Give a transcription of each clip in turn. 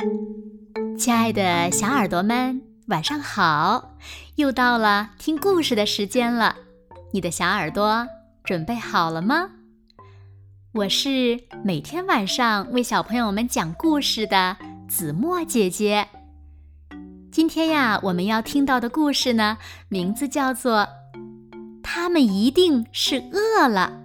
亲爱的小耳朵们，晚上好！又到了听故事的时间了，你的小耳朵准备好了吗？我是每天晚上为小朋友们讲故事的子墨姐姐。今天呀，我们要听到的故事呢，名字叫做《他们一定是饿了》。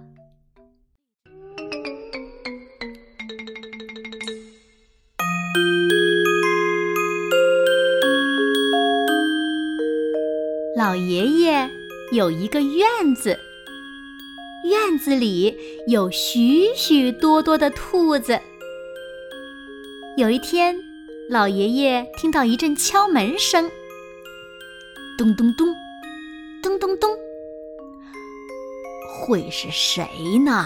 老爷爷有一个院子，院子里有许许多多的兔子。有一天，老爷爷听到一阵敲门声，咚咚咚，咚咚咚，会是谁呢？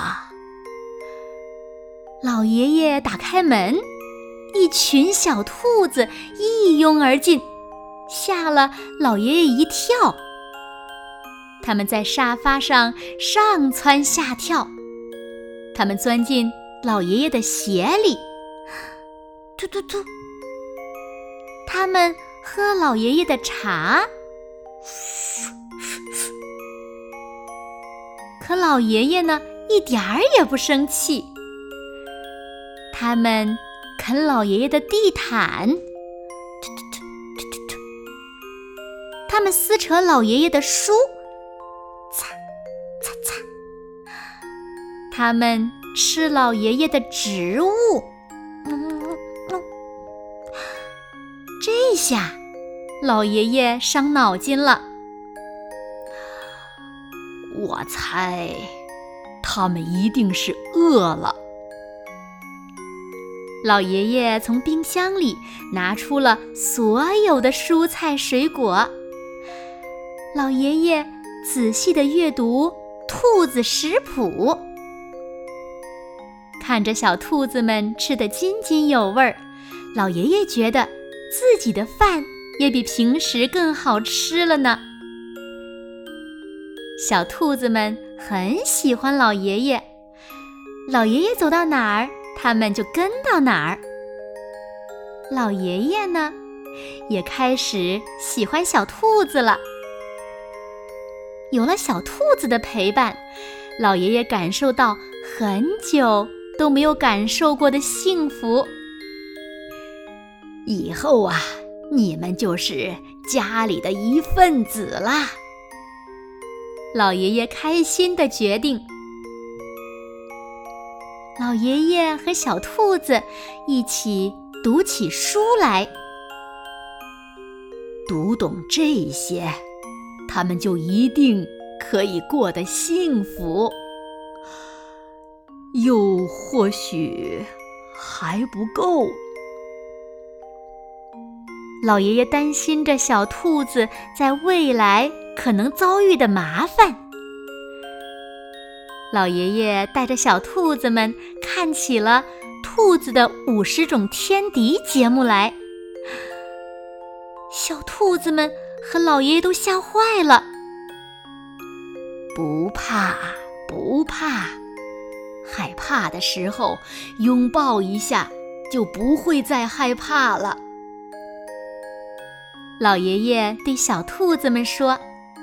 老爷爷打开门，一群小兔子一拥而进，吓了老爷爷一跳。他们在沙发上上蹿下跳，他们钻进老爷爷的鞋里，突突突。他们喝老爷爷的茶，可老爷爷呢，一点儿也不生气。他们啃老爷爷的地毯，他们撕扯老爷爷的书，擦擦擦。他们吃老爷爷的植物，这下老爷爷伤脑筋了。我猜他们一定是饿了。老爷爷从冰箱里拿出了所有的蔬菜水果。老爷爷仔细地阅读兔子食谱，看着小兔子们吃得津津有味儿，老爷爷觉得自己的饭也比平时更好吃了呢。小兔子们很喜欢老爷爷，老爷爷走到哪儿，他们就跟到哪儿。老爷爷呢，也开始喜欢小兔子了。有了小兔子的陪伴，老爷爷感受到很久都没有感受过的幸福。以后啊，你们就是家里的一份子啦。老爷爷开心地决定。老爷爷和小兔子一起读起书来，读懂这些，他们就一定可以过得幸福。又或许还不够。老爷爷担心着小兔子在未来可能遭遇的麻烦。老爷爷带着小兔子们看起了兔子的50种天敌节目来。小兔子们和老爷爷都吓坏了。不怕，不怕，害怕的时候拥抱一下，就不会再害怕了。老爷爷对小兔子们说。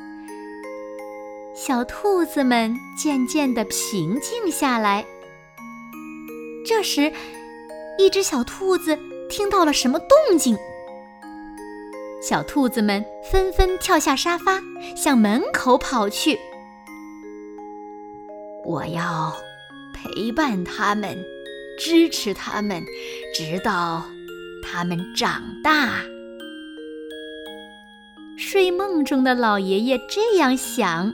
小兔子们渐渐地平静下来。这时，一只小兔子听到了什么动静。小兔子们纷纷跳下沙发，向门口跑去。我要陪伴他们，支持他们，直到他们长大。睡梦中的老爷爷这样想。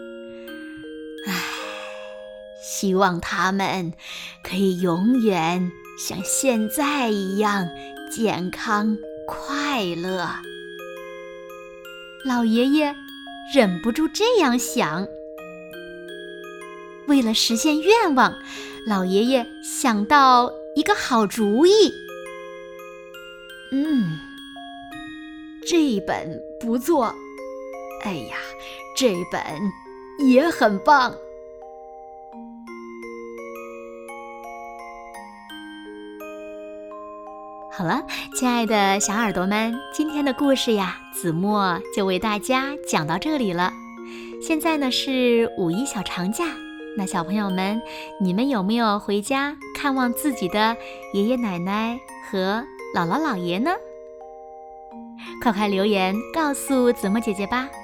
希望他们可以永远像现在一样健康快乐。老爷爷忍不住这样想。为了实现愿望，老爷爷想到一个好主意。这本不错。哎呀，这本也很棒。 好了，亲爱的小耳朵们，今天的故事呀，子墨就为大家讲到这里了。现在呢是五一小长假，那小朋友们，你们有没有回家看望自己的爷爷奶奶和姥姥姥爷呢？快快留言告诉子墨姐姐吧。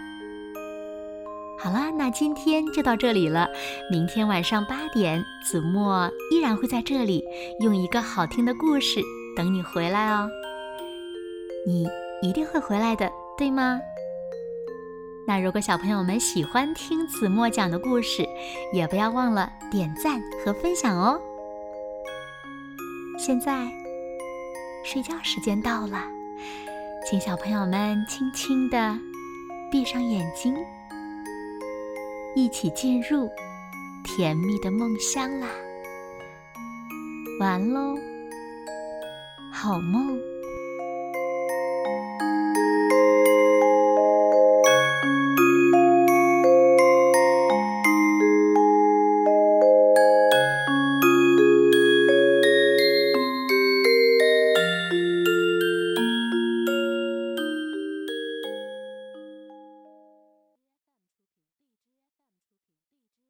好了，那今天就到这里了。明天晚上8点，子墨依然会在这里用一个好听的故事等你回来哦。你一定会回来的，对吗？那如果小朋友们喜欢听子墨讲的故事，也不要忘了点赞和分享哦。现在睡觉时间到了，请小朋友们轻轻地闭上眼睛，一起进入甜蜜的梦乡啦。晚安喽，好梦。